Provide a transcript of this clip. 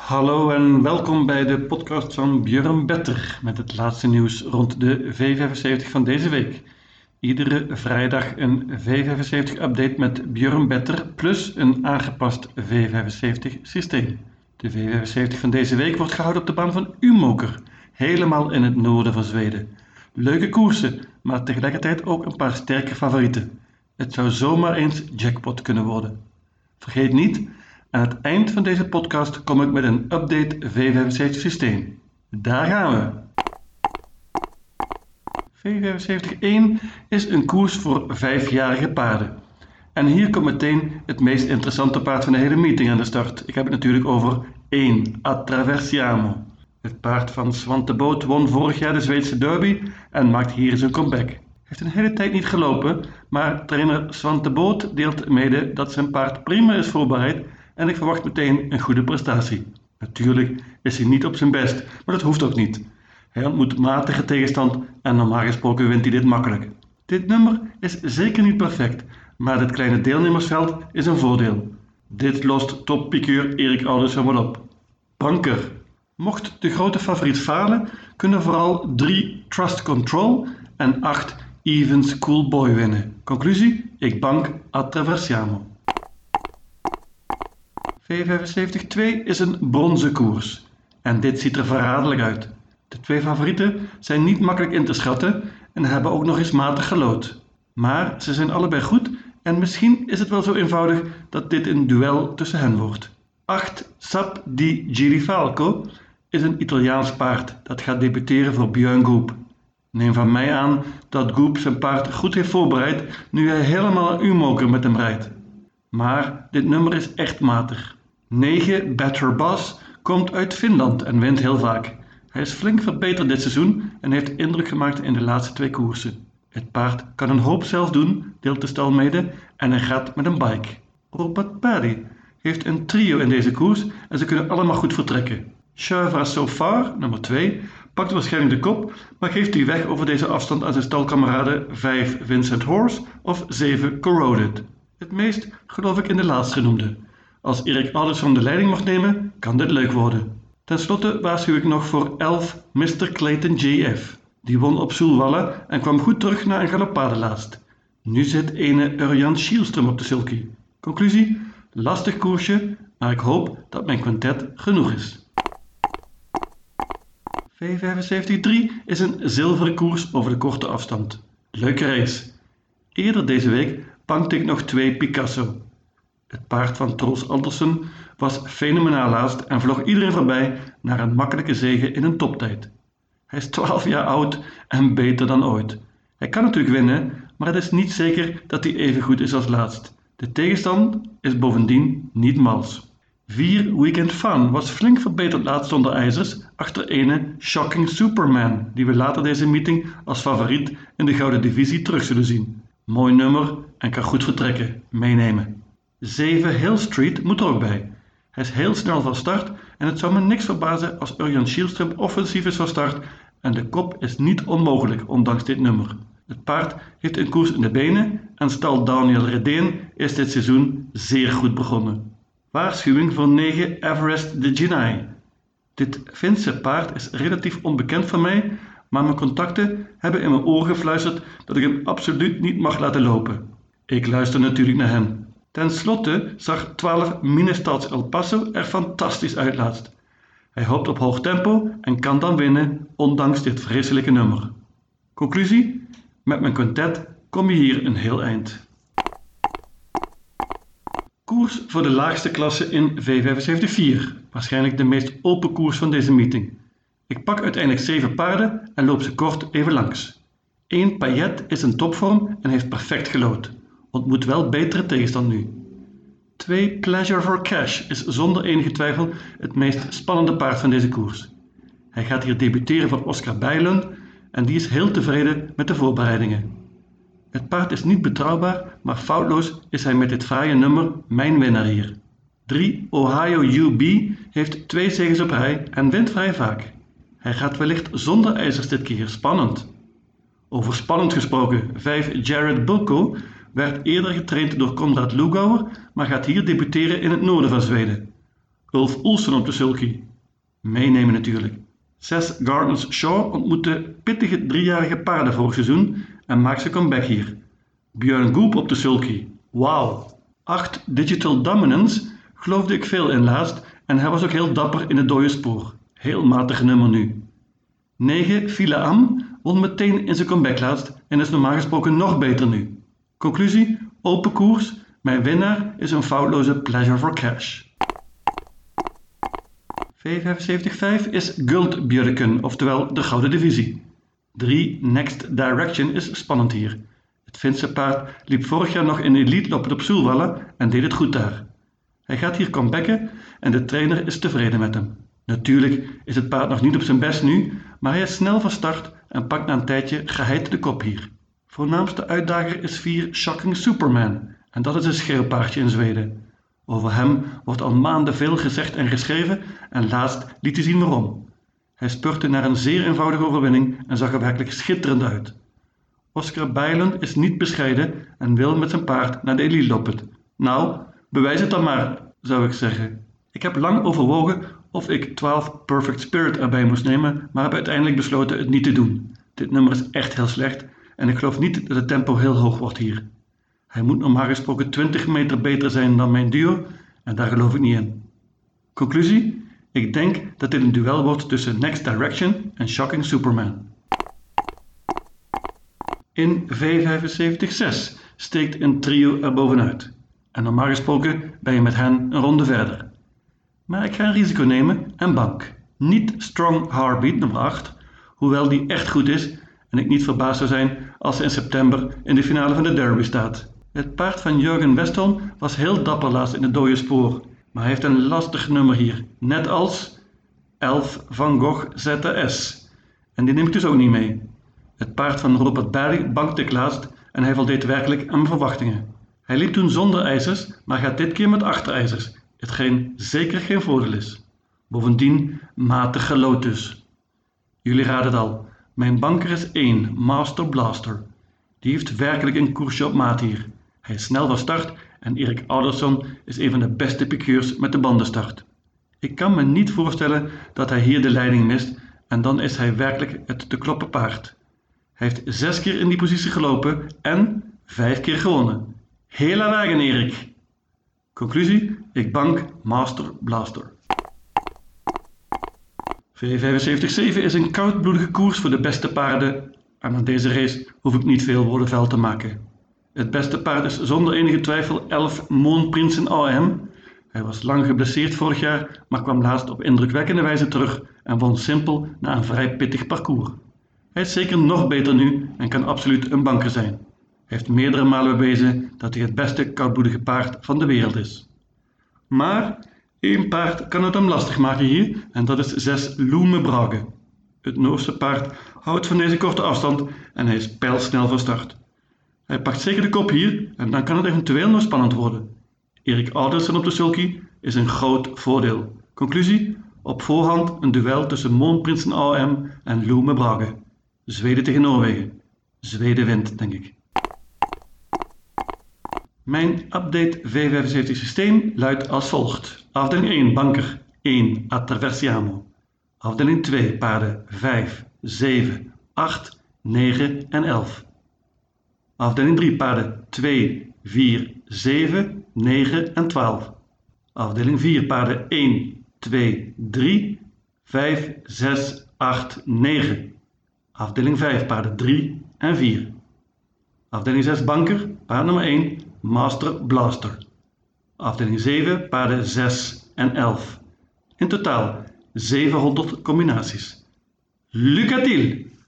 Hallo en welkom bij de podcast van Björn Better met het laatste nieuws rond de V75 van deze week. Iedere vrijdag een V75-update met Björn Better plus een aangepast V75-systeem. De V75 van deze week wordt gehouden op de baan van Umeåker, helemaal in het noorden van Zweden. Leuke koersen, maar tegelijkertijd ook een paar sterke favorieten. Het zou zomaar eens jackpot kunnen worden. Vergeet niet, aan het eind van deze podcast kom ik met een update V75 systeem. Daar gaan we! V75-1 is een koers voor 5-jarige paarden. En hier komt meteen het meest interessante paard van de hele meeting aan de start. Ik heb het natuurlijk over 1, Attraversiamo. Het paard van Svante Båth won vorig jaar de Zweedse Derby en maakt hier zijn comeback. Hij heeft een hele tijd niet gelopen, maar trainer Svante Båth deelt mede dat zijn paard prima is voorbereid en ik verwacht meteen een goede prestatie. Natuurlijk is hij niet op zijn best, maar dat hoeft ook niet. Hij ontmoet matige tegenstand en normaal gesproken wint hij dit makkelijk. Dit nummer is zeker niet perfect, maar dit kleine deelnemersveld is een voordeel. Dit lost toppiqueur Erik Alderson wat op. Banker. Mocht de grote favoriet falen, kunnen vooral 3 Trust Control en 8 Evans Cool Boy winnen. Conclusie? Ik bank Attraversiamo. V75-2 is een bronzen koers. En dit ziet er verraderlijk uit. De 2 favorieten zijn niet makkelijk in te schatten en hebben ook nog eens matig gelood. Maar ze zijn allebei goed en misschien is het wel zo eenvoudig dat dit een duel tussen hen wordt. 8 Sap di Girifalco is een Italiaans paard dat gaat debuteren voor Björn Goop. Neem van mij aan dat Goop zijn paard goed heeft voorbereid nu hij helemaal aan Umeåker met hem rijdt. Maar dit nummer is echt matig. 9 Better Boss komt uit Finland en wint heel vaak. Hij is flink verbeterd dit seizoen en heeft indruk gemaakt in de laatste 2 koersen. Het paard kan een hoop zelf doen, deelt de stal mede, en hij gaat met een bike. Robert Paddy heeft een trio in deze koers en ze kunnen allemaal goed vertrekken. Chevra Sofar, nummer 2, pakt waarschijnlijk de kop, maar geeft die weg over deze afstand aan zijn stalkameraden 5 Vincent Horse of 7 Corroded. Het meest geloof ik in de laatstgenoemde. Als Erik Alderson de leiding mag nemen, kan dit leuk worden. Ten slotte waarschuw ik nog voor 11 Mr. Clayton JF. Die won op Solvalla en kwam goed terug na een galoppade laatst. Nu zit ene Örjan Kihlström op de sulky. Conclusie? Lastig koersje, maar ik hoop dat mijn quintet genoeg is. V75-3 is een zilveren koers over de korte afstand. Leuke race. Eerder deze week bankte ik nog 2 Picasso. Het paard van Troels Andersen was fenomenaal laatst en vloog iedereen voorbij naar een makkelijke zege in een toptijd. Hij is 12 jaar oud en beter dan ooit. Hij kan natuurlijk winnen, maar het is niet zeker dat hij even goed is als laatst. De tegenstand is bovendien niet mals. 4 Weekend Fun was flink verbeterd laatst onder ijzers achter ene Shocking Superman, die we later deze meeting als favoriet in de gouden divisie terug zullen zien. Mooi nummer en kan goed vertrekken, meenemen. 7 Hill Street moet er ook bij. Hij is heel snel van start en het zou me niks verbazen als Örjan Kihlström offensief is van start en de kop is niet onmogelijk ondanks dit nummer. Het paard heeft een koers in de benen en stal Daniel Redeen is dit seizoen zeer goed begonnen. Waarschuwing voor 9 Everest de Ginai. Dit Finse paard is relatief onbekend voor mij, maar mijn contacten hebben in mijn oor gefluisterd dat ik hem absoluut niet mag laten lopen. Ik luister natuurlijk naar hen. Ten slotte zag 12 Minestads El Paso er fantastisch uit laatst. Hij hoopt op hoog tempo en kan dan winnen, ondanks dit vreselijke nummer. Conclusie? Met mijn quintet kom je hier een heel eind. Koers voor de laagste klasse in V75-4, waarschijnlijk de meest open koers van deze meeting. Ik pak uiteindelijk 7 paarden en loop ze kort even langs. 1 Payet is in topvorm en heeft perfect gelood. Ontmoet wel betere tegenstand nu. 2 Pleasure for Cash is zonder enige twijfel het meest spannende paard van deze koers. Hij gaat hier debuteren voor Oscar Bijlund en die is heel tevreden met de voorbereidingen. Het paard is niet betrouwbaar, maar foutloos is hij met dit fraaie nummer mijn winnaar hier. 3 Ohio UB heeft 2 zegens op rij en wint vrij vaak. Hij gaat wellicht zonder ijzers dit keer, spannend. Over spannend gesproken, 5 Jared Bulko werd eerder getraind door Konrad Lugauer, maar gaat hier debuteren in het noorden van Zweden. Ulf Oelsen op de sulky. Meenemen natuurlijk. 6 Gardens Shaw ontmoet de pittige 3-jarige paarden vorig seizoen en maakt zijn comeback hier. Björn Goop op de sulky. Wauw. 8 Digital Dominance geloofde ik veel in laatst en hij was ook heel dapper in het dode spoor. Heel matig nummer nu. 9 Fila Am won meteen in zijn comeback laatst en is normaal gesproken nog beter nu. Conclusie, open koers. Mijn winnaar is een foutloze Pleasure for Cash. V75-5 is Guldbjörken, oftewel de Gouden Divisie. 3 Next Direction is spannend hier. Het Finse paard liep vorig jaar nog in Elite Loppet op Solvalla en deed het goed daar. Hij gaat hier comebacken en de trainer is tevreden met hem. Natuurlijk is het paard nog niet op zijn best nu, maar hij is snel van start en pakt na een tijdje geheid de kop hier. Voornaamste uitdager is 4 Shocking Superman en dat is een schreeuwpaardje in Zweden. Over hem wordt al maanden veel gezegd en geschreven en laatst liet hij zien waarom. Hij spurte naar een zeer eenvoudige overwinning en zag er werkelijk schitterend uit. Oscar Bijlen is niet bescheiden en wil met zijn paard naar de Elite Loppet. Nou, bewijs het dan maar, zou ik zeggen. Ik heb lang overwogen of ik 12 Perfect Spirit erbij moest nemen, maar heb uiteindelijk besloten het niet te doen. Dit nummer is echt heel slecht en ik geloof niet dat het tempo heel hoog wordt hier. Hij moet normaal gesproken 20 meter beter zijn dan mijn duo en daar geloof ik niet in. Conclusie? Ik denk dat dit een duel wordt tussen Next Direction en Shocking Superman. In V75-6 steekt een trio er bovenuit. En normaal gesproken ben je met hen een ronde verder. Maar ik ga een risico nemen en bank. Niet Strong Heartbeat nummer 8, hoewel die echt goed is en ik niet verbaasd zou zijn als ze in september in de finale van de Derby staat. Het paard van Jurgen Westholm was heel dapper laatst in het dode spoor, maar hij heeft een lastig nummer hier, net als 11 Van Gogh ZS. En die neem ik dus ook niet mee. Het paard van Robert Barry bankte ik laatst en hij voldeed werkelijk aan mijn verwachtingen. Hij liep toen zonder ijzers, maar gaat dit keer met achterijzers, hetgeen zeker geen voordeel is. Bovendien matig gelood dus. Jullie raden het al, mijn banker is 1, Master Blaster. Die heeft werkelijk een koersje op maat hier. Hij is snel van start en Erik Alderson is een van de beste piqueurs met de bandenstart. Ik kan me niet voorstellen dat hij hier de leiding mist en dan is hij werkelijk het te kloppen paard. Hij heeft 6 keer in die positie gelopen en 5 keer gewonnen. Hela wagen, Erik! Conclusie, ik bank Master Blaster. V75-7 is een koudbloedige koers voor de beste paarden en aan deze race hoef ik niet veel woorden vuil te maken. Het beste paard is zonder enige twijfel 11 Moonprinsen AM. Hij was lang geblesseerd vorig jaar, maar kwam laatst op indrukwekkende wijze terug en won simpel na een vrij pittig parcours. Hij is zeker nog beter nu en kan absoluut een banker zijn. Hij heeft meerdere malen bewezen dat hij het beste koudbloedige paard van de wereld is. Maar één paard kan het hem lastig maken hier en dat is 6 Loeme Brage. Het Noorse paard houdt van deze korte afstand en hij is pijlsnel van start. Hij pakt zeker de kop hier en dan kan het eventueel nog spannend worden. Erik Alderson op de sulky is een groot voordeel. Conclusie, op voorhand een duel tussen Moonprinsen AM en Loeme Brage. Zweden tegen Noorwegen. Zweden wint, denk ik. Mijn update V75 systeem luidt als volgt. Afdeling 1 banker 1 Attraversiamo. Afdeling 2 paarden 5, 7, 8, 9 en 11. Afdeling 3 paarden 2, 4, 7, 9 en 12. Afdeling 4 paarden 1, 2, 3, 5, 6, 8, 9. Afdeling 5 paarden 3 en 4. Afdeling 6 banker, paard nummer 1, Master Blaster. Afdeling 7 paarden 6 en 11. In totaal 700 combinaties. Lucatil!